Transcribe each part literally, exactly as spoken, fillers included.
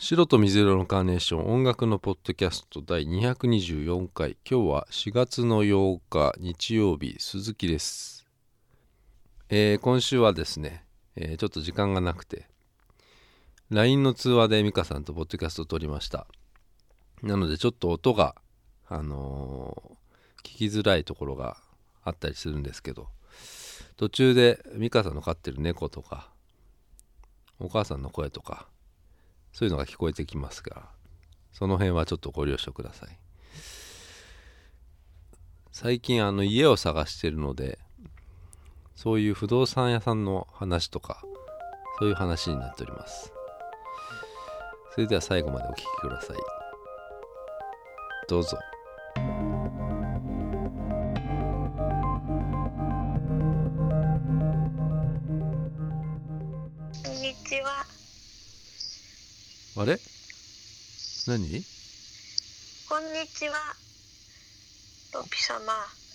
白と水色のカーネーション音楽のポッドキャスト第にひゃくにじゅうよんかい。今日はしがつのようか日曜日、鈴木です。えー、今週はですね、えー、ちょっと時間がなくて ライン の通話で美香さんとポッドキャストを撮りました。なのでちょっと音があのー、聞きづらいところがあったりするんですけど、途中で美香さんの飼ってる猫とかお母さんの声とかそういうのが聞こえてきますが、その辺はちょっとご了承ください。最近あの家を探しているので、そういう不動産屋さんの話とかそういう話になっております。それでは最後までお聞きください。どうぞ。 こんにちは。 あれ何？ こんにちは。ロピ様。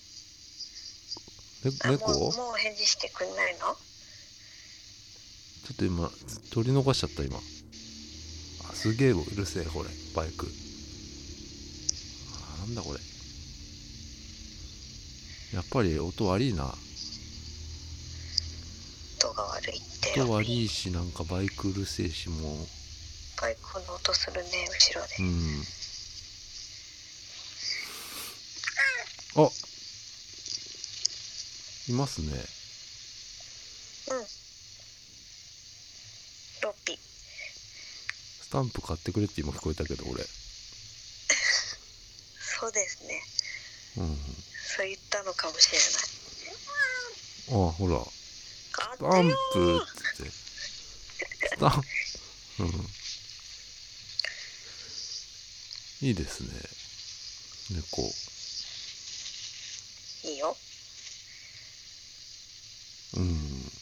ね、猫？ もう、もう返事してくんないの？ ちょっと今取り逃しちゃった今。あ、すげえうるせえこれバイク。あ、なんだこれ。やっぱり音悪いな。 音が悪いって。 音悪いし、なんかバイクうるせえし、もうバイクの音するね、後ろで。 うん。あ、いますね。 うん。ロピ。 スタンプ買ってくれって今聞こえたけど俺。 そうですね。 うん、 そう言ったのかもしれない。あ、ほら。スタンプっつって。スタンプ。うん。いいですね。猫。 いいよ。 うん。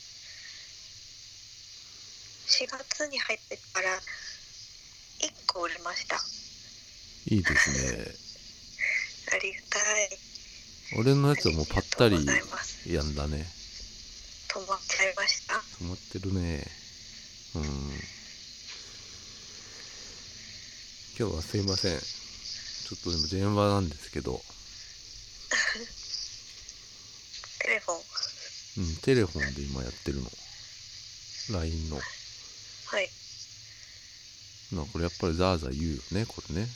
しがつに入ってからいっこ売れました。 いいですね。 ありがたい。 俺のやつはもうぱったりやんだね。 止まっちゃいました。 止まってるね。うん。今日はすいません。ちょっとでも電話なんですけど。 テレフォン。 うん、テレフォンで今やってるの。ライン の。 はい。 まあこれやっぱりザーザー言うよね、これね。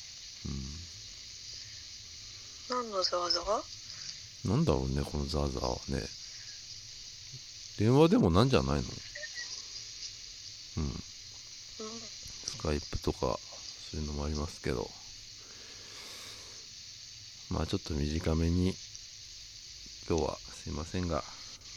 うん。何のザーザー？ なんだろうね、このザーザーはね。電話でもなんじゃないの？うん。 うん。 スカイプとかそういうのもありますけど。まあちょっと短めに今日はすいませんが。は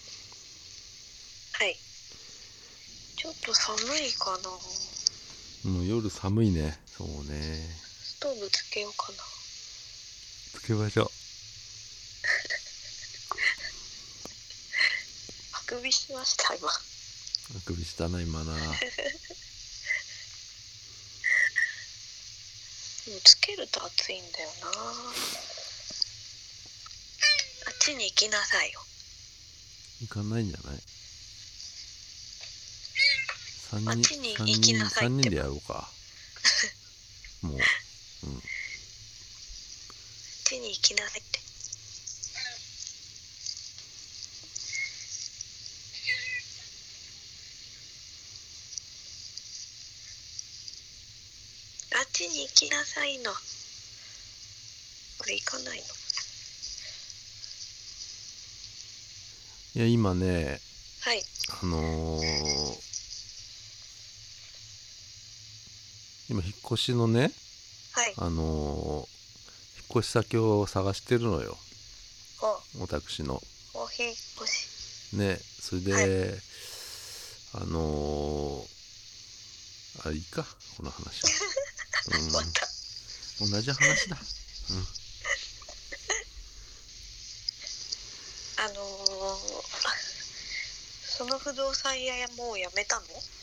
い。ちょっと寒いかな。 もう夜寒いね。そうね。 ストーブつけようかな。 つけましょう。 あくびしました今。 あくびしたな今な。 つけると暑いんだよな。あっちに行きなさいよ。 行かないんじゃない？三人、 あっちに行きなさいって。 三人でやろうか。もう、うん。あっちに行きなさいって。あっちに行きなさいの。これ行かないの？ いや今ね、 はい。 あのー、今引っ越しのね、 はい。 あのー、引っ越し先を探してるのよ。私の。 お引っ越し。 ね、それで、はい、あのー、あれいいかこの話は。うん、 また同じ話だ。うん。 あのー、その不動産屋もうやめた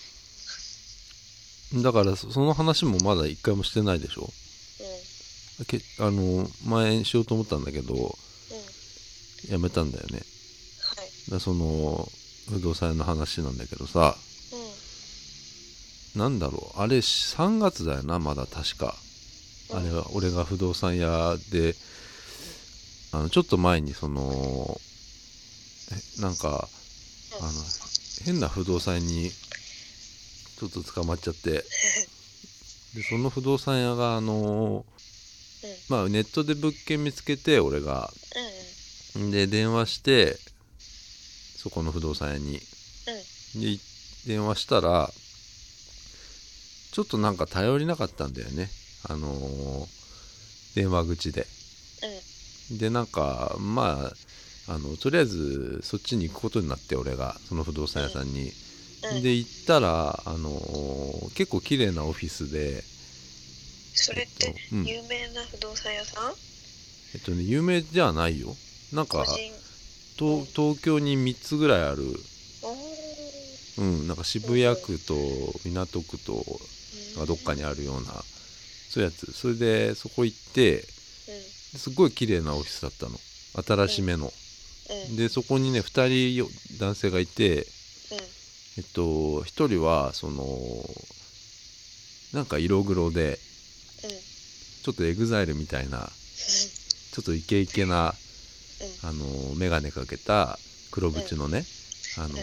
の？ だからその話もまだ一回もしてないでしょ。うん。けあの前しようと思ったんだけど、うん、やめたんだよね。はい。だその不動産屋の話なんだけどさ、 なんだろうあれさんがつだよなまだ確か、うん、あれは俺が不動産屋であのちょっと前にそのえなんかあの変な不動産屋にちょっと捕まっちゃってでその不動産屋があのーうん、まあネットで物件見つけて俺が、うん、で電話してそこの不動産屋に、うん、で電話したらちょっとなんか頼りなかったんだよねあのー、電話口で、うん、でなんかまああのとりあえずそっちに行くことになって俺がその不動産屋さんに、うん、で行ったらあのー、結構綺麗なオフィスでそれって有名な不動産屋さん？ えっとね有名じゃないよなんか東, 東京にみっつぐらいある、うん、なんか渋谷区と港区とどっかにあるようなそういうやつそれでそこ行ってすごい綺麗なオフィスだったの新しめのでそこにねふたり男性がいてえっとひとりはそのなんか色黒でちょっとエグザイルみたいなちょっとイケイケなあのメガネかけた黒縁のねあの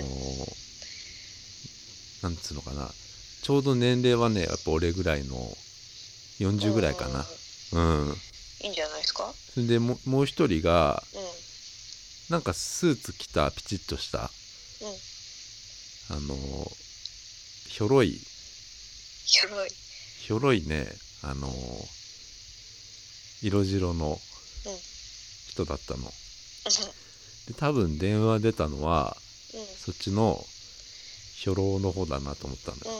なんつうのかなちょうど年齢はねやっぱ俺ぐらいのよんじゅうぐらいかなうんいいんじゃないですか。 それでももう一人が、うん、なんかスーツ着たピチッとした、うん、あのひょろいひょろいひょろいねあの色白の人だったの、うん、で多分電話出たのは、うん、そっちのひょろの方だなと思ったんだよ、うん、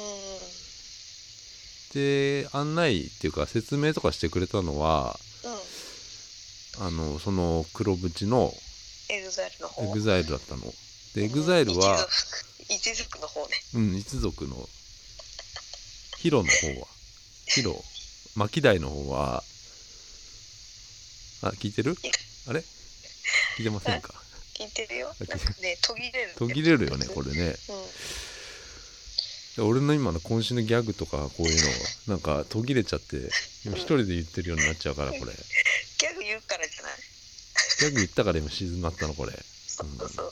で案内っていうか説明とかしてくれたのは、うん、あのその黒縁のエグザイルの方エグザイルだったのでエグザイルは一族の方ねうん一族のヒロの方はヒロ牧大の方はあ聞いてるあれ聞いてませんか。 聞いてるよなんかね途切れる途切れるよねこれね、うん、俺の今の渾身のギャグとかこういうのなんか途切れちゃって今一人で言ってるようになっちゃうからこれギャグ言うからじゃないギャグ言ったから今静まったのこれそうそうそう、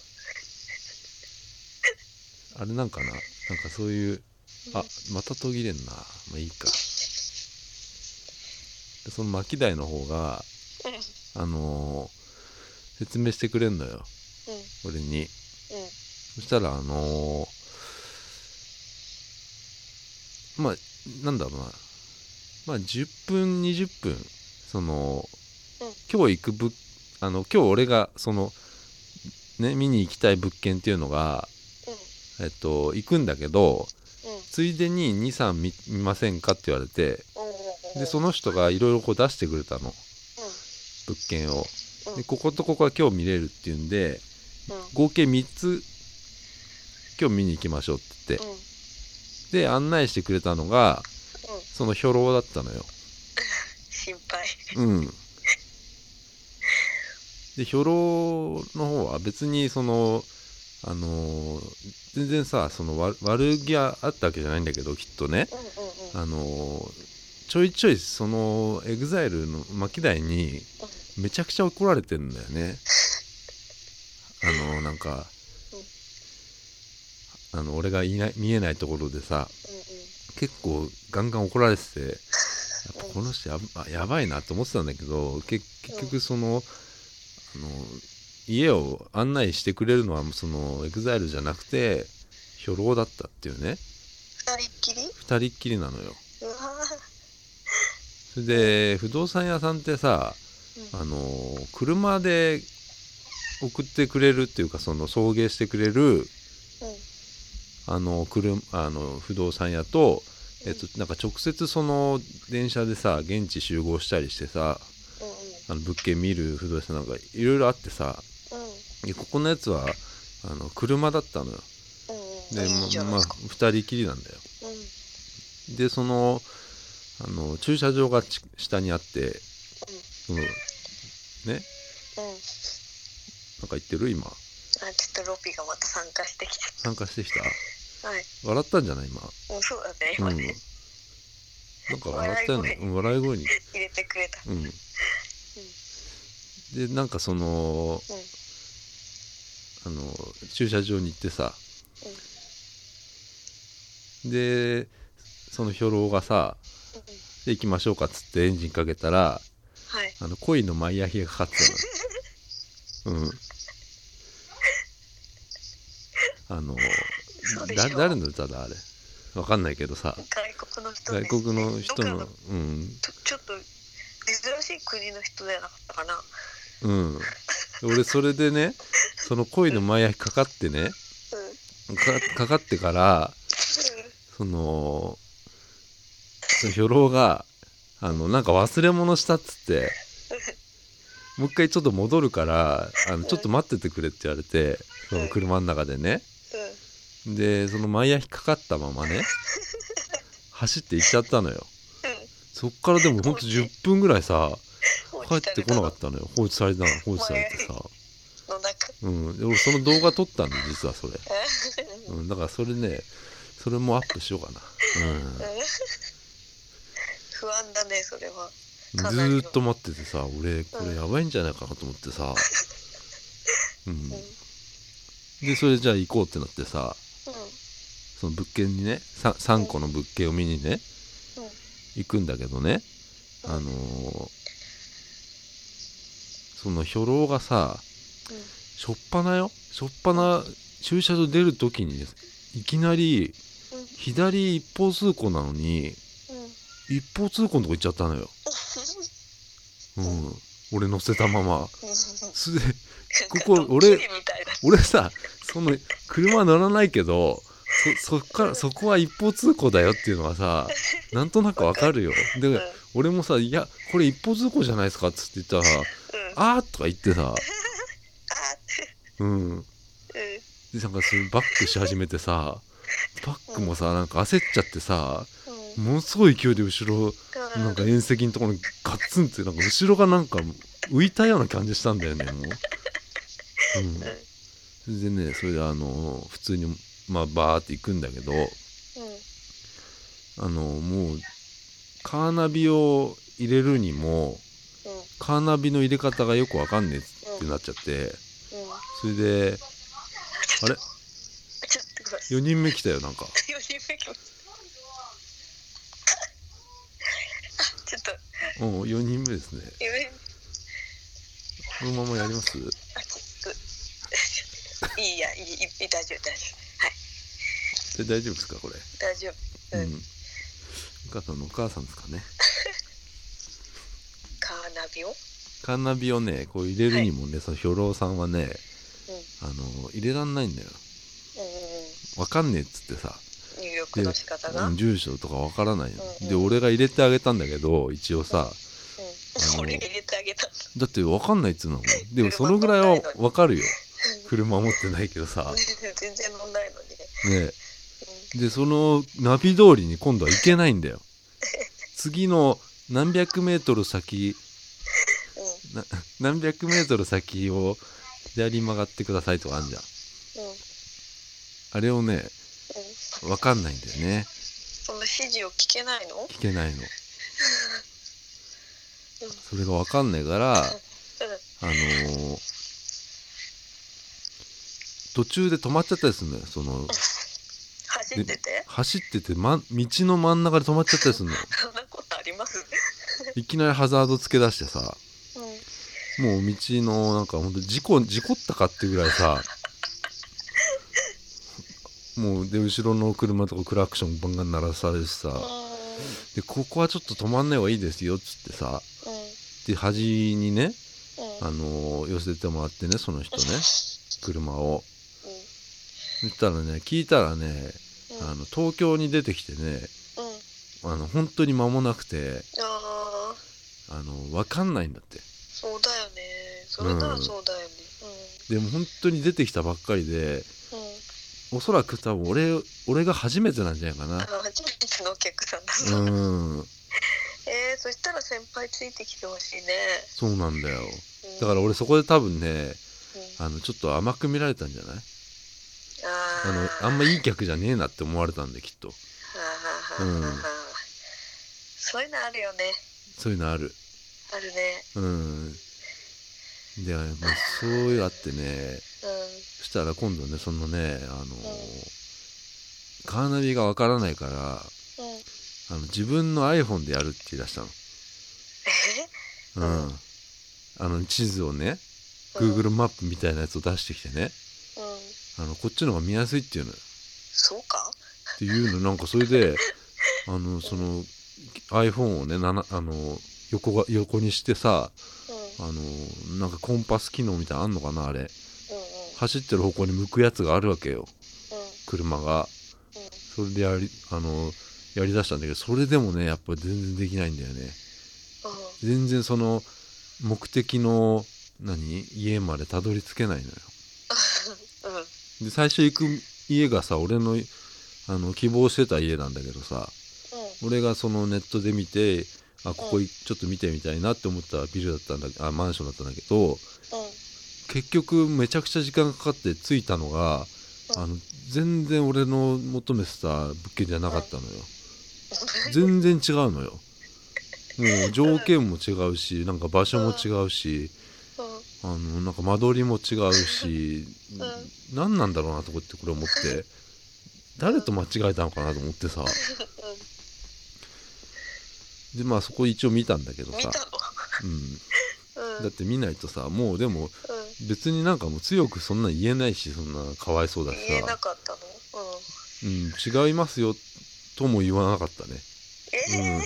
うん、あれなんかななんかそういうあまた途切れんなまあいいかでその牧大の方があのー、説明してくれんのよ、うん、俺に、うん、そしたらあのー、まあなんだろうなまあじゅっぷんにじゅっぷんその、うん、今日行くぶあの今日俺がそのね見に行きたい物件っていうのが、うん、えっと行くんだけど、うん、ついでににさん 見, 見ませんかって言われて、うん、でその人がいろいろこう出してくれたの、うん、物件をでこことここは今日見れるっていうんで、うん、合計みっつ今日見に行きましょうって言って、うん、で案内してくれたのが、うん、その兵糧だったのよ心配うんで兵糧の方は別にそのあのー、全然さその悪気はあったわけじゃないんだけどきっとね、うんうんうん、あのー、ちょいちょいそのエグザイルの牧大にめちゃくちゃ怒られてるんだよねあのー、なんか、うん、あの俺がいない見えないところでさ、うんうん、結構ガンガン怒られててやっぱこの人 や, やばいなと思ってたんだけど結局その、あの家を案内してくれるのはそのエグザイルじゃなくて兵糧だったっていうね二人っきり二人っきりなのよ。 うわそれで不動産屋さんってさ、うん、あの車で送ってくれるっていうかその送迎してくれる、うん、あの車あの不動産屋と、えっと、なんか直接その電車でさ現地集合したりしてさ、うん、あの物件見る不動産なんかいろいろあってさ、うん、でここのやつはあの車だったのよ、うん、でままあふたりきりなんだよ、うん、でそのあの駐車場が下にあって、うん、そのね、うん、なんか言ってる今あちょっとロピがまた参加してきて参加してきたはい笑ったんじゃない今。 うんそうだねうん今ね、 なんか笑ったよね。 笑い声うん笑い声に。 入れてくれた。 うんでなんかそのうんあの駐車場に行ってさ、でその兵糧がさ、 うんうんで行きましょうかっつってエンジンかけたら、 はいあのコインの前焼きがかかってたの。うんあの嘘でしょだ誰の歌だあれわかんないけどさ、 外国の人外ですね、 国の人のどっかうんちょちょっと珍しい国の人じゃなかったかな。 うん俺それでねそのコインの前焼きかかってねうんか, かかってからそのその兵糧があのなんか忘れ物したっつってもう一回ちょっと戻るからあのちょっと待っててくれって言われて、その車の中でね、でその前焼きかかったままね走って行っちゃったのよ。そっからでもほんとじゅっぷんぐらいさ帰ってこなかったのよ。放置されたの放置されてさ、 の中うん、で俺その動画撮ったんだ実はそれ、うん、だからそれねそれもアップしようかな、うん、 不安だねそれは。 ずーっと待っててさ俺これやばいんじゃないかなと思ってさ、うん、でそれじゃあ行こうってなってさ、 うんその物件にね 3, さんこの物件を見にね、 うん、 行くんだけどね、あのー、その兵糧がさ、 うん、 しょっぱなよしょっぱな駐車場出るときにいきなり左一方通行なのに、うん、一方通行のとこ行っちゃったのよ、うん、俺乗せたままそれでここ俺俺さその車乗らないけど そ, そっからそこは一方通行だよっていうのはさなんとなくわかるよ。で、うん、俺もさいやこれ一方通行じゃないですかっつって言ったら、うん、あーとか言ってさうんでなんかそれバックし始めてさバックもさなんか焦っちゃってさ、うん、ものすごい勢いで後ろなんか縁石のところにガッツンってなんか後ろがなんか浮いたような感じしたんだよねもう、うん、それでねそれであの普通にまあバーって行くんだけど、うん、あのもうカーナビを入れるにも、うん、カーナビの入れ方がよくわかんねえってなっちゃって、うん、それであれよにんめ来たよなんかよにんめ来ましたちょっとうんよにんめですね。このままやります？ いいやいいいい大丈夫大丈夫はいで大丈夫ですかこれ？ 大丈夫、うん、うん、 お母さんのお母さんですかねカーナビをカーナビをねこう入れるにもね、はい、その兵糧さんはね、うん、あの入れらんないんだよ、うん、わかんねえっつってさ入力の仕方が住所とかわからないの、うんうん、で俺が入れてあげたんだけど一応さ、 うんうん、俺入れてあげただってわかんないっつうのでもそのぐらいはわかるよ車持ってないけどさ全然乗んないのにねえ、でそのナビ通りに今度は行けないんだよ次の何百メートル先、うん、な何百メートル先を左に曲がってくださいとかあるじゃん、うん、あれをね分かんないんだよね。 その指示を聞けないの？ 聞けないのそれが分かんないから、うん、あのー、途中で止まっちゃったりするんだよ。その走ってて走ってて、ま、道の真ん中で止まっちゃったりするのよそんなことありますいきなりハザードつけ出してさ、うん、もう道のなんかほんと事故事故ったかっていうぐらいさもうで後ろの車とかクラクションバンバン鳴らされるしさ、でここはちょっと止まんない方がいいですよっつってさ、うん、で端にね、うん、あのー、寄せてもらってねその人ね車を、うん、そしたらね聞いたらね、うん、あの東京に出てきてね、うん、あの本当に間もなくてああの分かんないんだって。 そうだよねそれならそうだよね、 うん、でも本当に出てきたばっかりで、うん、おそらく多分 俺, 俺が初めてなんじゃないかな。 初めてのお客さんだうんえー、そしたら先輩ついてきてほしいね。 そうなんだよ、だから俺そこで多分ね、うん、あのちょっと甘く見られたんじゃない？ ああのあんまいい客じゃねえなって思われたんできっと。 うん、そういうのあるよね。 そういうのあるあるね。 うんで、まあ、そういうあってね、 うん、 そしたら今度ねそのねあの、 うん、 カーナビがわからないから、 うん、 あの自分の iPhone でやるって言い出したの。 え、 ううん、 ん、あの地図をね、 うん、 Google マップみたいなやつを出してきてね、 うん、 あのこっちの方が見やすいっていうのよ。 そうか。 っていうのなんかそれであのその iPhone をねななあの横が横にしてさ、 うん、 あのなんかコンパス機能みたいなのあんのかなあれ、 うん、うん、 走ってる方向に向くやつがあるわけようん、 車が。 うん、 それでやりあのやりだしたんだけど、それでもねやっぱり全然できないんだよね。全然その目的の何家までたどり着けないのよ。で最初行く家がさ俺のあの希望してた家なんだけどさ、俺がそのネットで見てあここちょっと見てみたいなって思ったビルだったんだあマンションだったんだけど、結局めちゃくちゃ時間かかって着いたのがあの全然俺の求めてた物件じゃなかったのよ。全然違うのよ。もう条件も違うしなんか場所も違うし、あのなんか間取りも違うし、何なんだろうなとかってこれ思って誰と間違えたのかなと思ってさ、でまあそこ一応見たんだけどさ、うん、だって見ないとさもうでも別になんかもう強くそんな言えないしそんなかわいそうだしさ、 言えなかったの？ うん、違いますよとも言わなかったね。 えー、うん、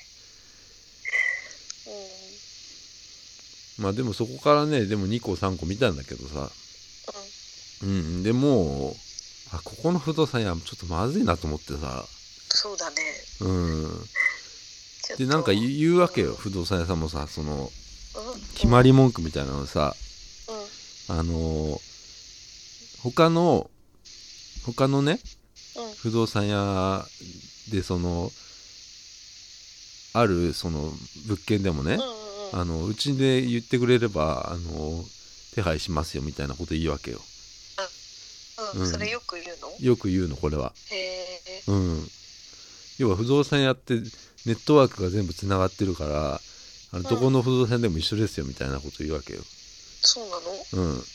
まあでもそこからねでもにこさんこ見たんだけどさ、うん、うん、でもあここの不動産屋ちょっとまずいなと思ってさ。 そうだね。 うんでなんか言うわけよ、うん、不動産屋さんもさその、うん、決まり文句みたいなのさ、うん、あのー、他の他のね、うん、不動産屋でそのあるその物件でもね、うんうんうん、あのうちで言ってくれればあの手配しますよみたいなこと言うわけよ。 うんうん、それよく言うの？ よく言うのこれは。 へー、うん、要は不動産屋ってネットワークが全部つながってるからあのどこの不動産でも一緒ですよみたいなこと言うわけよ。 そうなの？うん、うん、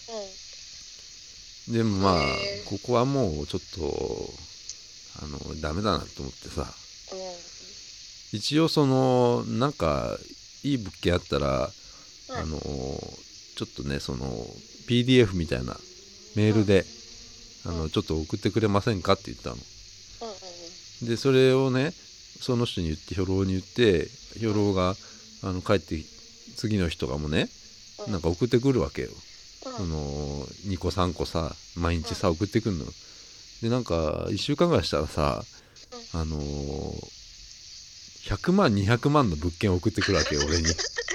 でもまあここはもうちょっとあのダメだなと思ってさ、うん、一応そのなんかいい物件あったら、うん、あのちょっとねその ピーディーエフ みたいなメールで、うん、あのちょっと送ってくれませんかって言ったの、うん、でそれをねその人に言って兵糧に言って兵糧があの帰って次の人がもねなんか送ってくるわけよ、うん、そのにこさんこさ毎日さ送ってくるのでなんかいっしゅうかんぐらいしたらさあのー、ひゃくまんにひゃくまんの物件を送ってくるわけよ俺に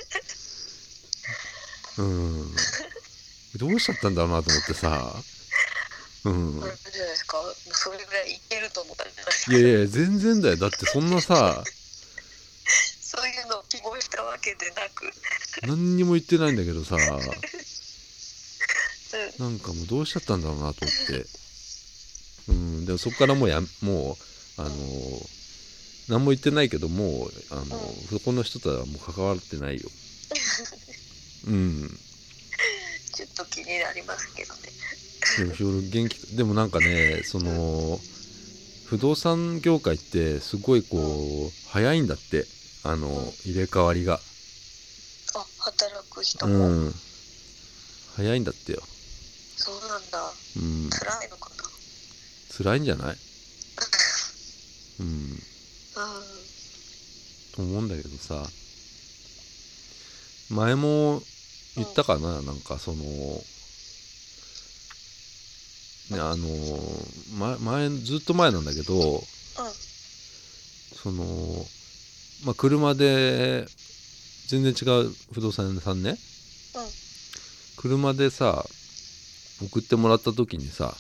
うんどうしちゃったんだろうなと思ってさ、うん、 あれじゃないですか、それぐらいいけると思ったんじゃないですか。 いやいや全然だよ、だってそんなさそういうのを希望したわけでなく何にも言ってないんだけどさ、うん、 なんかもうどうしちゃったんだろうなと思って、うん、でもそこからもうやもうあのー、何も言ってないけどもうあのー、うん、そこの人とはもう関わってないようんちょっと気になりますけどねでも元気でもなんかねその、うん、不動産業界ってすごいこう、うん、早いんだってあの、うん、入れ替わりがあ働く人も、うん、 早いんだってよ。 そうなんだ、うん、辛いのかな。 辛いんじゃないうん、うん、と思うんだけどさ前も言ったかな、うん、なんかそのねあの前, 前ずっと前なんだけど、うん、そのまあ車で全然違う不動産屋さんね、うん、車でさ送ってもらった時にさ、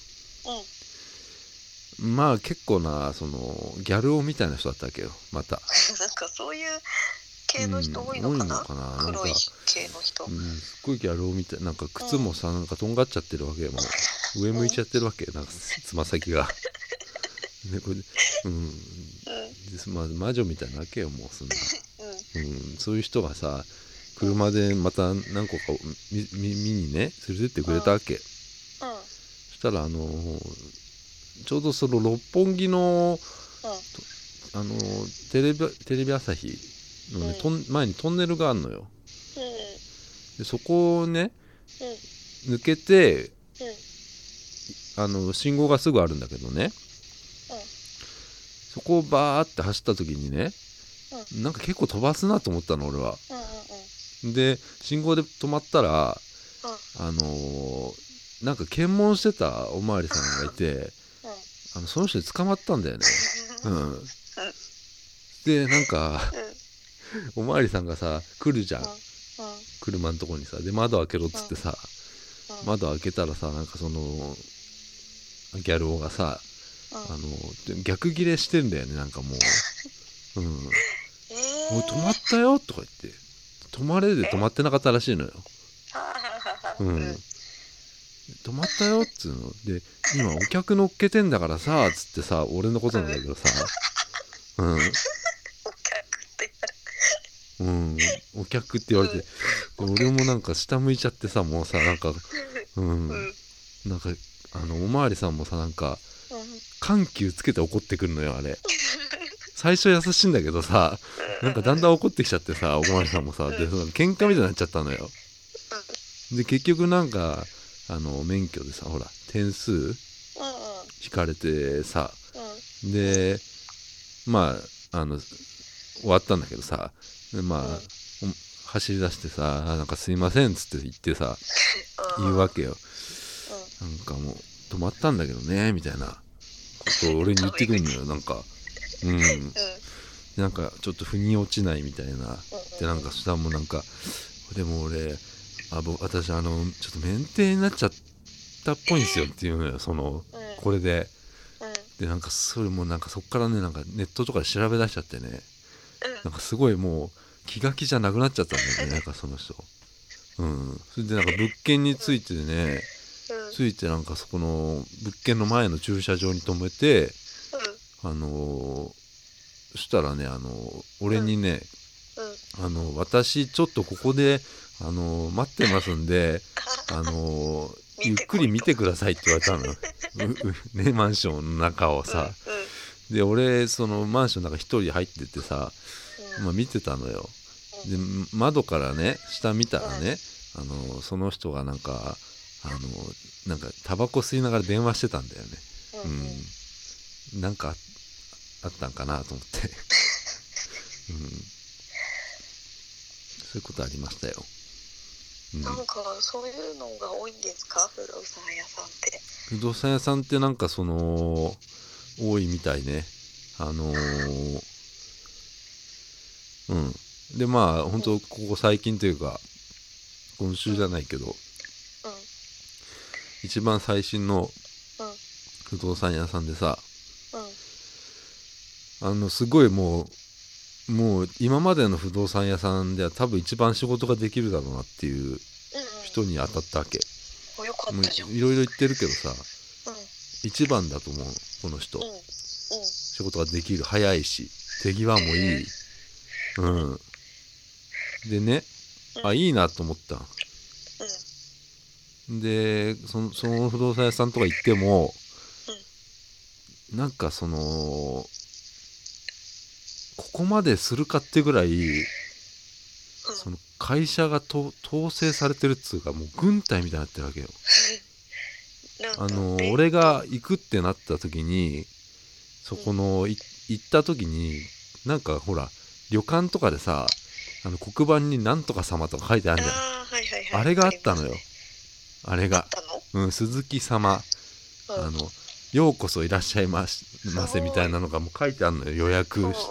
うん、まあ結構なそのギャル男みたいな人だったわけよまたなんかそういう系の人多いのかな、 うん、多いのかな、 黒い系の人、 うん、すっごいギャル男みたい、なんか靴もさ、うん、なんかとんがっちゃってるわけよ、もう上向いちゃってるわけよ、なんかつま先がでこれ、うん、で、まあ、魔女みたいなわけよ、もうそんな、うん、そういう人がさ車でまた何個か見, 見にね連れてってくれたわけ、うん、そしたらあのー、ちょうどその六本木の、うん、あのー、テレビテレビ朝日の、ね、うん、前にトンネルがあるのよ、うん、でそこをね、うん、抜けて、うん、あの信号がすぐあるんだけどね、うん、そこをバーって走った時にね、うん、なんか結構飛ばすなと思ったの俺は、うんうんうん、で信号で止まったら、うん、あのー、なんか検問してたおまわりさんがいて、うん、あのその人に捕まったんだよね、うん、でなんか、うん、おまわりさんがさ来るじゃん、うん、車のとこにさで窓開けろっつってさ、うん、窓開けたらさなんかそのギャル男がさ、うん、あの逆ギレしてんだよね、なんかもう、うん、えー、もう止まったよとか言って止まれで止まってなかったらしいのよ、うん、止まったよっつうので今お客乗っけてんだからさつってさ俺のことなんだけどさ、うん、お客ってうん、お客って言われて、うん、で俺もなんか下向いちゃってさもうさなんか、うん、うん、なんかあのおまわりさんもさなんか、うん、緩急つけて怒ってくるのよあれ最初優しいんだけどさなんかだんだん怒ってきちゃってさおまわりさんもさでその喧嘩みたいになっちゃったのよ。で結局なんかあの免許でさほら点数引かれてさ、でまああの終わったんだけどさでまあ、うん、走り出してさなんかすいませんっつって言ってさ言うわけよ、うん、なんかもう止まったんだけどねみたいなことを俺に言ってくるのよなんか、うん、うん、なんかちょっと腑に落ちないみたいなでなんかそしたらもうなんかでも俺あ私あのちょっと免停になっちゃったっぽいんですよっていうのよそのこれででなんかそれもなんかそっからねなんかネットとかで調べ出しちゃってねなんかすごいもう気が気じゃなくなっちゃったんだよねなんかその人、うん、それでなんか物件についてねついてなんかそこの物件の前の駐車場に止めてあのー、そしたらねあのー、俺にねあの私ちょっとここであのー、待ってますんであのー、ゆっくり見てくださいって言われたのねマンションの中をさ、うんうん、で俺そのマンションの中一人入っててさ、うんまあ、見てたのよで窓からね下見たらね、うん、あのその人がなんかあのなんかタバコ吸いながら電話してたんだよね、うんうん、なんかあったんかなと思って、うん、そういうことありましたよ、 うん、なんかそういうのが多いんですか不動産屋さんって不動産屋さんってなんかその多いみたいねあのー、うんでまあ本当ここ最近というか今週じゃないけど、うんうん、一番最新の不動産屋さんでさ、うん、あのすごいもうもう今までの不動産屋さんでは多分一番仕事ができるだろうなっていう人に当たったわけ、 うんうん、よかったじゃんいろいろ言ってるけどさ、うん、一番だと思うこの人、うんうん、仕事ができる早いし手際もいい、うんでね、うん、あいいなと思った、うん、で そ, その不動産屋さんとか行っても、うん、なんかそのここまでするかってぐらい、うん、その会社がと統制されてるっつうかもう軍隊みたいになってるわけよあの俺が行くってなった時にそこの、うん、行った時になんかほら旅館とかでさあの黒板になんとか様とか書いてあるじゃん あ,、はいはいはい、あれがあったのよあれがうん、鈴木様、うん、あのようこそいらっしゃいませみたいなのがもう書いてあるのよ予約、うんうんうん、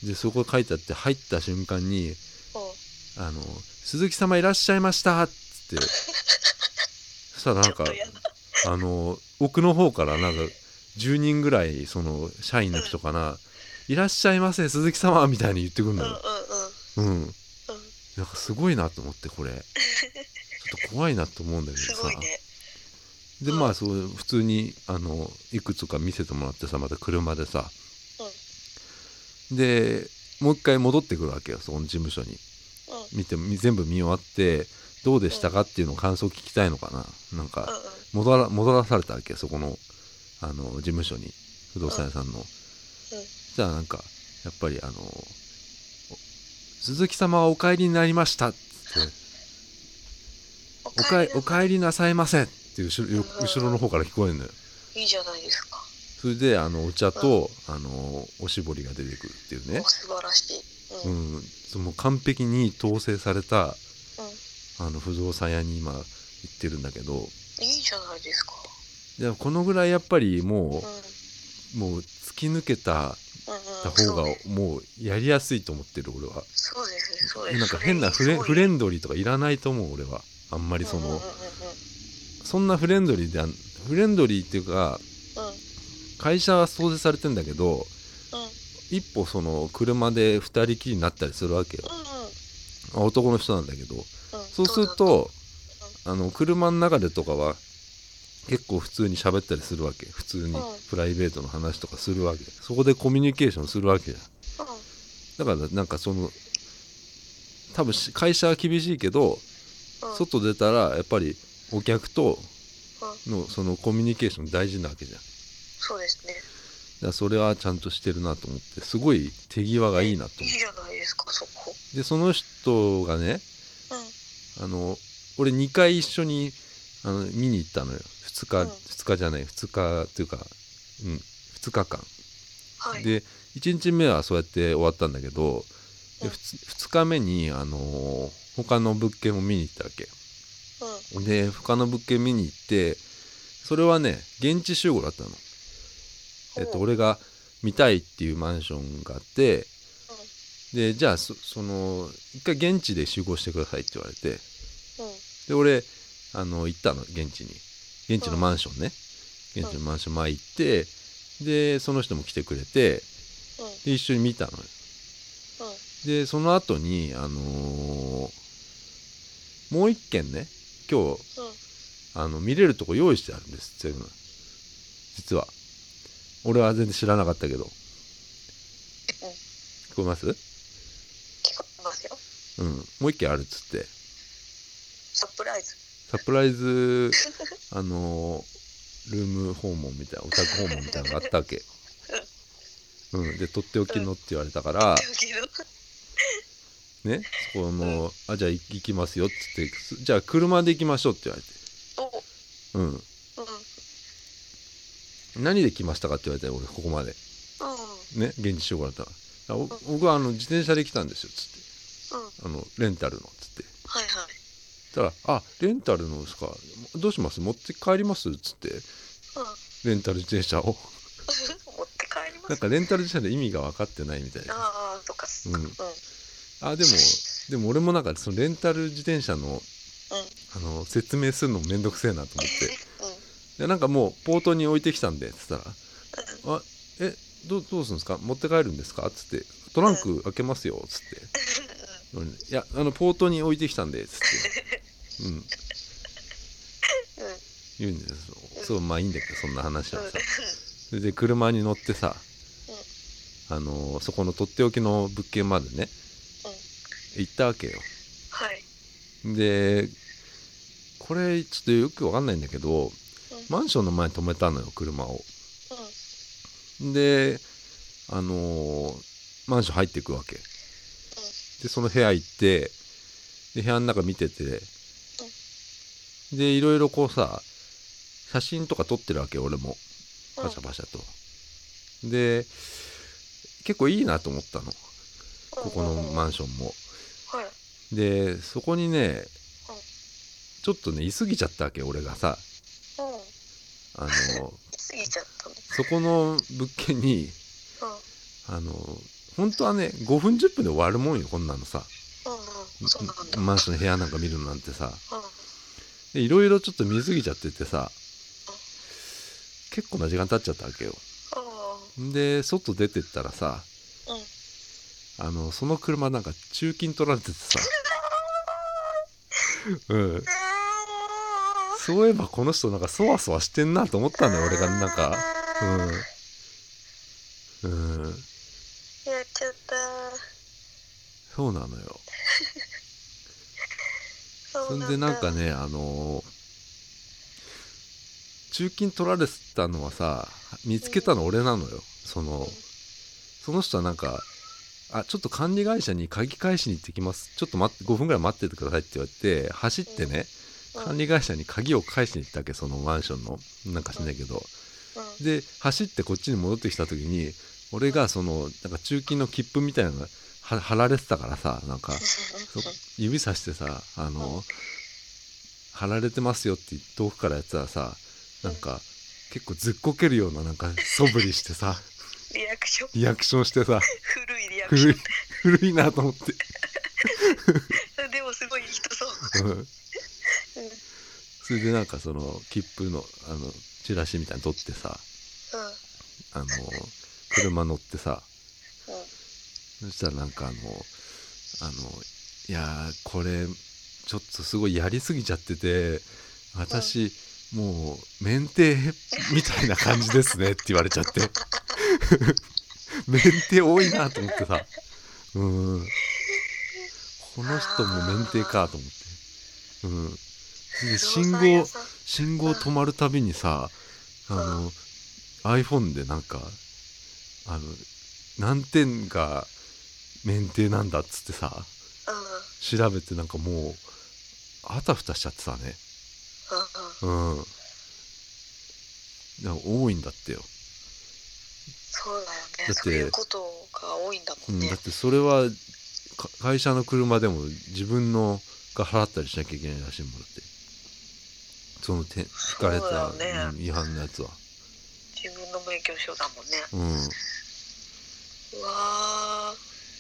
でそこ書いてあって入った瞬間に、うん、あの鈴木様いらっしゃいましたっつってそしたらなんかあの奥の方からなんかじゅうにんぐらいその社員の人かな、うん、いらっしゃいませ鈴木様みたいに言ってくるのよ、うんうんうん、 うんうんなんかすごいなと思ってこれちょっと怖いなと思うんだけどさすごいね。 でうんまあそう普通にあのいくつか見せてもらってさまた車でさでもう一回戻ってくるわけよそこの事務所にうんうん見てみ全部見終わってどうでしたかっていうのを感想聞きたいのかななんかうんうん戻ら戻らされたわけそこのあの事務所に不動産屋さんの、じゃあなんかやっぱりあの鈴木様はお帰りになりましたっつっておかえお帰りなさいませっていう後ろよ後ろの方から聞こえるのよ。 いいじゃないですか。 それであのお茶と、あのおしぼりが出てくるっていうねお、素晴らしい。 ううんうんん、その完璧に統制されたあの不動産屋に今行ってるんだけど、 いいじゃないですか。 でもこのぐらいやっぱりもうんうんうもう突き抜けたたうん。 方がそうねもうやりやすいと思ってる俺は。 そうですね。そうです。 なんか変なフレフレンドリーとかいらないと思う俺は。あんまりその、 うんうんうんうんそんなフレンドリーであんフレンドリーっていうか会社は創設されてんだけどうんうん一歩その車で二人きりになったりするわけよ。 うんうんあ男の人なんだけど、 うん。 そうするとあの車の中でとかは結構普通に喋ったりするわけ。普通にうんプライベートの話とかするわけ。そこでコミュニケーションするわけじゃん。 うんうんだからなんかその多分し会社は厳しいけどうん外出たらやっぱりお客とうんのそのコミュニケーション大事なわけじゃん。だかそうですね。 らそれはちゃんとしてるなと思ってすごい手際がいいなと思っいいじゃないですかそこ。 て。でその人がねうんあの俺にかい一緒にあの見に行ったのよ。ふつか、 うんふつかじゃないふつかっていうか、うん、ふつかかんはい。 でいちにちめはそうやって終わったんだけどでうんふつ, ふつかめに、あのー他の物件を見に行ったわけうんで他の物件見に行ってそれはね現地集合だったの、えっと、 ほう俺が見たいっていうマンションがあってでじゃあ そ, その一回現地で集合してくださいって言われてうんうんで俺あの行ったの現地に現地のマンションね現地のマンション前行ってでその人も来てくれてうんで一緒に見たのようんでその後にあのーもう一軒ね今日うんあの見れるとこ用意してあるんです全部実は俺は全然知らなかったけど聞こえます聞こえますよ。 うんもう一軒あるっつってサプライズ。 サプライズあのールーム訪問みたいなお宅訪問みたいなのがあったわけうんでとっておきのって言われたからねそこのあじゃあ行きますよっつってじゃあ車で行きましょうって言われておうんうん何で来ましたかって言われたよ俺ここまでうんね現地集合だったらお僕はあの自転車で来たんですよっつうんってあのレンタルのっつってはいはい。 たらあレンタルのですかどうします持って帰りますっつってうんレンタル自転車を持って帰ります。 なんかレンタル自転車で意味が分かってないみたいなああとかそっか。 うんうんあでもでも俺もなんかそのレンタル自転車のうんあの説明するのもめんどくせえなと思ってうんでなんかもうポートに置いてきたんでっつったら「あえどどうするんですか持って帰るんですか?」っつって「トランク開けますよ」っつって「いやあのポートに置いてきたんで」っつってうん言うんですよそうまあいいんだけどそんな話はさそれで車に乗ってさあのそこのとっておきの物件までね行ったわけよはい。 でこれちょっとよくわかんないんだけどうんマンションの前に止めたのよ車をうんであのーマンション入っていくわけでその部屋行ってで部屋の中見ててでいろいろこうさ写真とか撮ってるわけ俺もうんパシャパシャとで結構いいなと思ったのここのマンションもはい。 でそこにねちょっとね居すぎちゃったわけ俺がさうん。 あの過ぎちゃったの。 そこの物件にうんあの本当はねごふんじゅっぷんで終わるもんよこんなのさうんうん。そうなんだ。 マンションの部屋なんか見るのなんてさうんでいろいろちょっと見すぎちゃっててさ結構な時間経っちゃったわけよあで外出てったらさあうんあのその車なんか中金取られててさうんそういえばこの人なんかそわそわしてんなと思ったんだよ俺がなんかうんうんやっちゃった。 そうなのよそんでなんかねあの中金取られてたのはさ見つけたの俺なのよ、うん、そのその人はなんかあちょっと管理会社に鍵返しに行ってきますちょっと待ってごふんぐらい待っててくださいって言われて走ってね、うん、管理会社に鍵を返しに行ったわけそのマンションのなんかしないけど、うん、で走ってこっちに戻ってきた時に俺がそのなんか中金の切符みたいなのが貼られてたからさなんか指さしてさあの貼られてますよって遠くからやってたらさなんか結構ずっこけるようななんか素振りしてさリアクションリアクションしてさ古いリアクション古い古いなと思ってでもすごい人そう、うん、 それでなんかその切符のあのチラシみたいに取ってさ、うん、あの車乗ってさ、うん、そしたらなんかあのあのいやこれちょっとすごいやりすぎちゃってて私、うん、もう免停みたいな感じですねって言われちゃって免停多いなと思ってさうんこの人も免停かと思って、うん、で信号信号止まるたびにさあの iPhone でなんかあの何点が免停なんだっつってさ調べてなんかもうあたふたしちゃってたねうんだから多いんだってよそうだよねだってそういうことが多いんだもんね、 うん、だってそれは会社の車でも自分のが払ったりしなきゃいけないらしいもんだってそのて引かれた、ねうん、違反のやつは自分の免許証だもんねうんうわ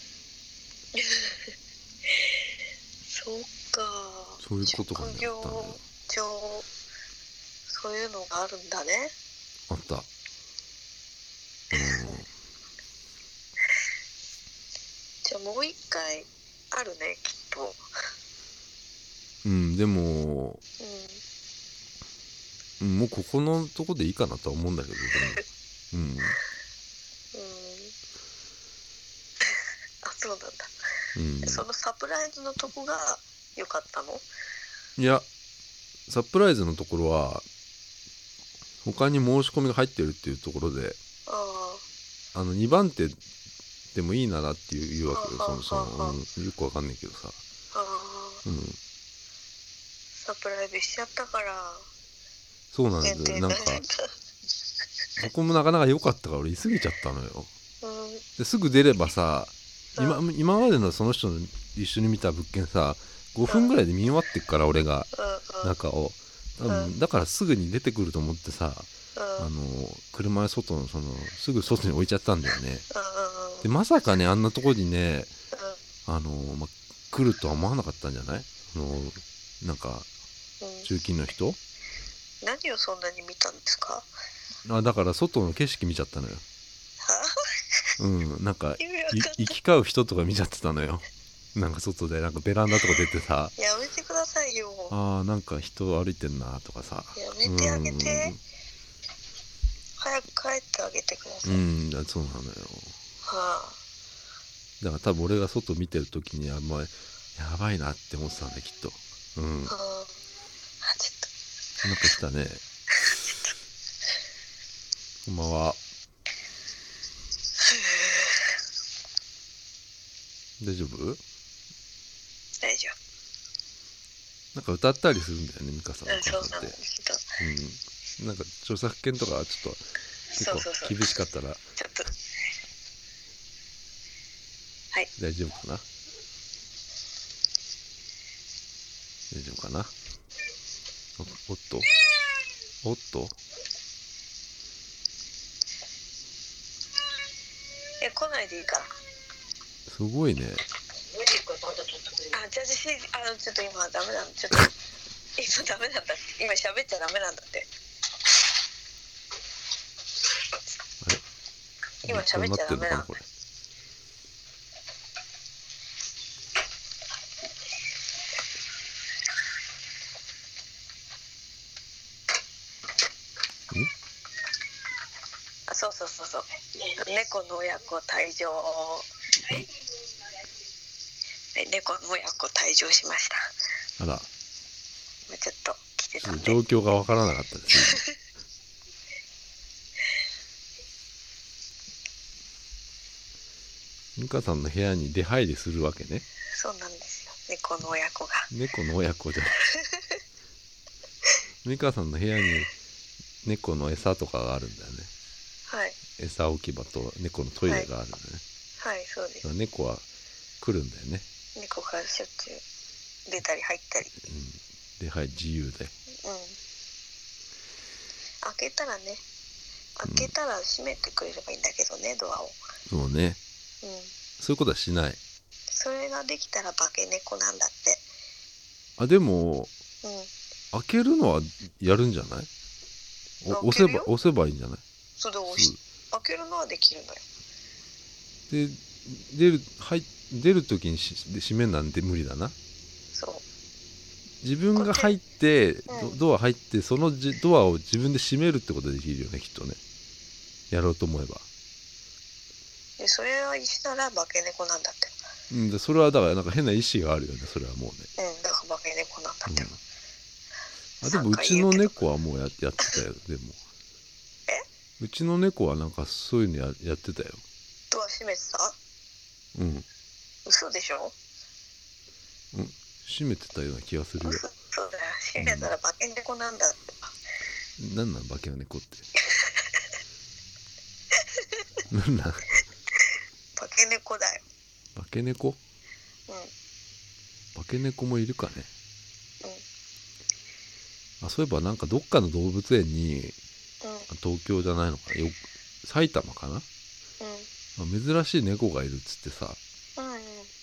そうかそういうことがね職業上そういうのがあるんだねあったうんじゃあもう一回あるねきっとうんでも、うん、もうここのとこでいいかなとは思うんだけどうん、うん、 あそうなんだ、うん、そのサプライズのとこが良かったの？ いやサプライズのところは他に申し込みが入ってるっていうところでああのにばん手でもいいならっていう言うわけよそのその、うん、よくわかんないけどさあ、うん、 サプライズしちゃったからそうなんですよなんかそこもなかなか良かったから俺急ぎちゃったのよ、うん、ですぐ出ればさ、うん、今, 今までのその人の一緒に見た物件さごふんぐらいで見終わってっから俺が中を多分だからすぐに出てくると思ってさあの車の外のそのすぐ外に置いちゃったんだよねでまさかねあんなとこにねあの、ま、来るとは思わなかったんじゃないあのなんか中金の人何をそんなに見たんですかあだから外の景色見ちゃったのようんなんか行き交う人とか見ちゃってたのよなんか外でなんかベランダとか出てさやめてくださいよあーなんか人歩いてんなとかさやめてあげて早く帰ってあげてくださいうんだそうなのよはあだから多分俺が外見てる時にはもうやばいなって思ってたんだきっとうんはああちょっとなんか来たねこんばんは大丈夫大丈夫なんか歌ったりするんだよね美香さんの歌って、 うん、なんか著作権とかちょっと結構厳しかったらちょっとはい大丈夫かな大丈夫かな お, おっとおっとえ来ないでいいからすごいねあじゃあ私あのちょっと今ダメなんちょっと今ダメなんだ今喋っちゃダメなんだってあれ今喋っちゃダメなのそうそう。猫の親子退場。はい、猫の親子退場しました。 あら。 ちょっと来てたんで。 状況がわからなかったですね。美香さんの部屋に出入りするわけね。 そうなんですよ。猫の親子が。 猫の親子じゃん。美香さんの部屋に猫の餌とかがあるんだよね。 はい。 餌置き場と猫のトイレがあるんだね。 はい、はい、そうです。 猫は来るんだよね。 猫がしょっちゅう出たり入ったり。 うん。出入り自由で。うん。 開けたらね。開けたら閉めてくれればいいんだけどね、うん、ドアを。 そうね。うん。そういうことはしない。 それができたら化け猫なんだって。 あ、でも、うん、開けるのはやるんじゃない？お押せば押せばいいんじゃない？ そうだ、押し開けるのはできるのよ。 で、出るはい出る時にし閉めるなんて無理だな。そう。自分が入って、うん、ドア入ってそのドアを自分で閉めるってことできるよね、きっとね。やろうと思えば。 でそれはしたら化け猫なんだって。 うん、でそれはだからなんか変な意志があるよね、それはもうね。 うん、だから化け猫なんだって。 うん、あでもうちの猫はもう や, やってたよ。でもえうちの猫はなんかそういうの や, やってたよ。 ドア閉めてた？うん。嘘でしょ？ うん、閉めてたような気がするよ。 そうだよ、閉めたら化け猫なんだって。 うん、なんなん化け猫って。なんなん？ 化け猫だよ。 化け猫？うん。化け猫もいるかね。うん。あ、そういえばなんかどっかの動物園に、うん、東京じゃないのかな、よ埼玉かな、うん、珍しい猫がいるっつってさ、うんうん、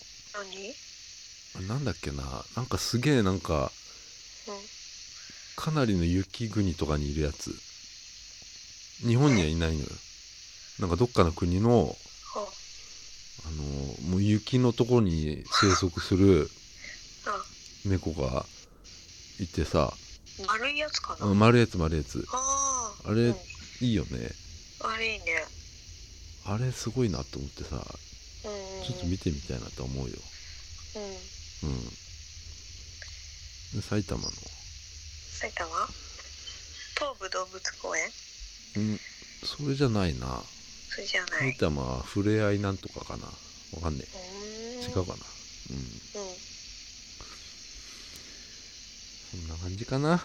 何？なんだっけな、なんかすげえなんか、うん、かなりの雪国とかにいるやつ、日本にはいないのよ。なんかどっかの国の、あのもう雪のところに生息する猫がいてさ、 丸いやつかな、 丸いやつ丸いやつ、 あ, あれ、うん、いいよね。 あれいいね。 あれすごいなと思ってさ、うん、ちょっと見てみたいなと思うよ。うん、うん、埼玉の埼玉東武動物公園？ うん、それじゃないな。 それじゃない。 埼玉はふれあいなんとかかな、わかんねえ。違うかな。うん、うん、そんな感じかな。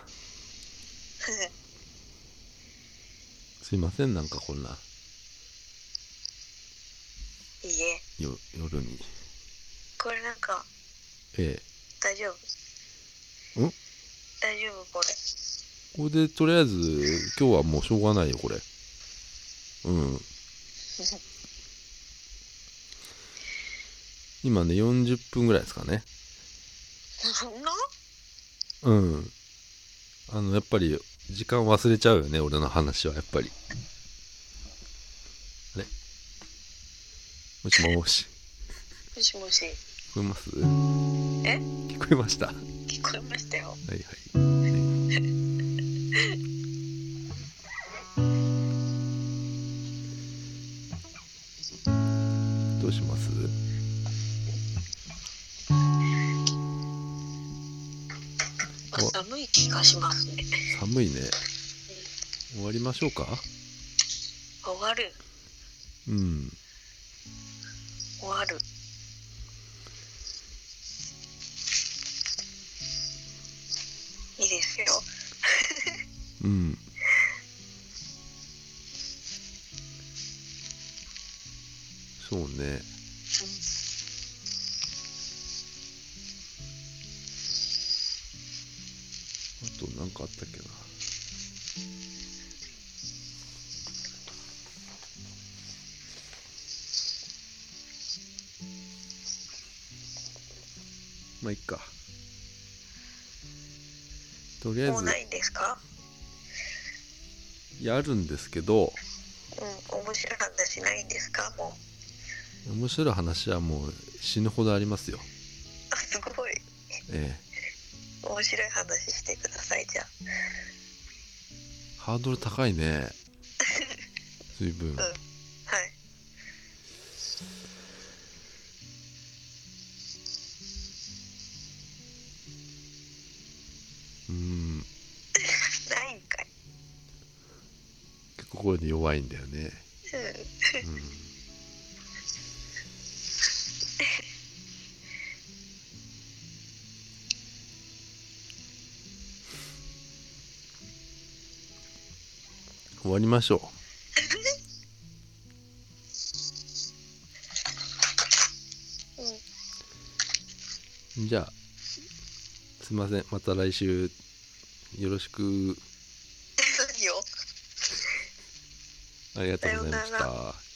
すいません、なんかこんな。 いいえ。 よ夜に。 これなんか。 ええ。 大丈夫？ん？大丈夫これ。 これでとりあえず今日はもうしょうがないよこれ。うん。今ねよんじゅっぷんぐらいですかね。 そんな？ うん。あのやっぱり時間忘れちゃうよね、俺の話はやっぱり。あれ？もしもし。 もしもし。 聞こえます？ え？ 聞こえました。 聞こえましたよ。 はいはい。どうします？ 寒い気がしますね。 寒いね。終わりましょうか。 終わる。 うん。 終わる。いいですよ。 うん。そうね。あと何かあったっけな。まあいいか。とりあえず。 もうないんですか？ やるんですけど。 うん、面白い話ないんですか？もう。面白い話はもう死ぬほどありますよ。 あ、すごい。 ええ。面白い話してくださいじゃあ。 ハードル高いね。 水分、 うん、はい。 うーんないんかい。 結構こういうの弱いんだよね。 うん。 うん終わりましょうん。 う。じゃあすいません、また来週よろしく。 何を。 ありがとうございましさようなら。 た。